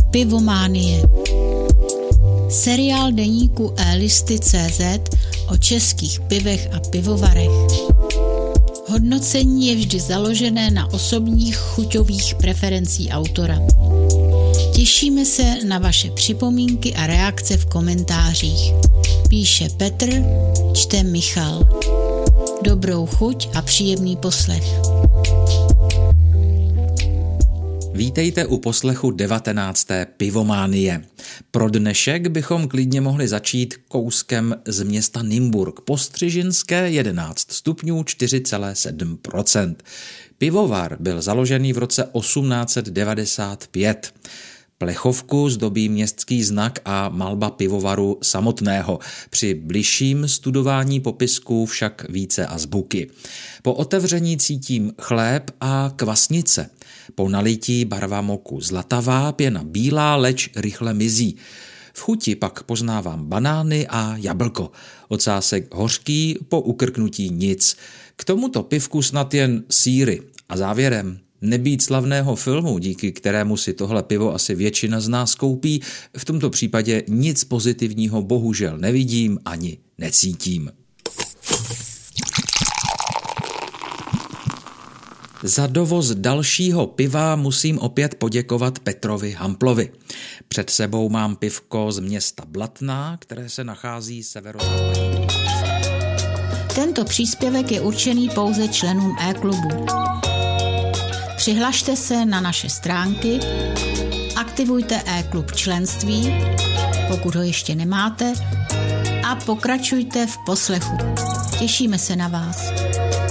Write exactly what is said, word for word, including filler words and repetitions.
Pivománie. Seriál deníku elisty tečka cé zet o českých pivech a pivovarech. Hodnocení je vždy založené na osobních chuťových preferencí autora. Těšíme se na vaše připomínky a reakce v komentářích. Píše Petr, čte Michal. Dobrou chuť a příjemný poslech. Vítejte u poslechu devatenácté Pivománie. Pro dnešek bychom klidně mohli začít kouskem z města Nymburk. Postřižinské jedenáct stupňů čtyři celá sedm procenta. Pivovar byl založený v roce osmnáct set devadesát pět. Plechovku zdobí městský znak a malba pivovaru samotného. Při bližším studování popisků však více azbuky. Po otevření cítím chléb a kvasnice. Po nalití barva moku zlatavá, pěna bílá, leč rychle mizí. V chuti pak poznávám banány a jablko. Ocásek hořký, po ukrknutí nic. K tomuto pivku snad jen sýry. A závěrem, nebýt slavného filmu, díky kterému si tohle pivo asi většina z nás koupí, v tomto případě nic pozitivního bohužel nevidím ani necítím. Za dovoz dalšího piva musím opět poděkovat Petrovi Hamplovi. Před sebou mám pivko z města Blatná, které se nachází severozápadně. Tento příspěvek je určený pouze členům e-klubu. Přihlašte se na naše stránky, aktivujte e-klub členství, pokud ho ještě nemáte, a pokračujte v poslechu. Těšíme se na vás.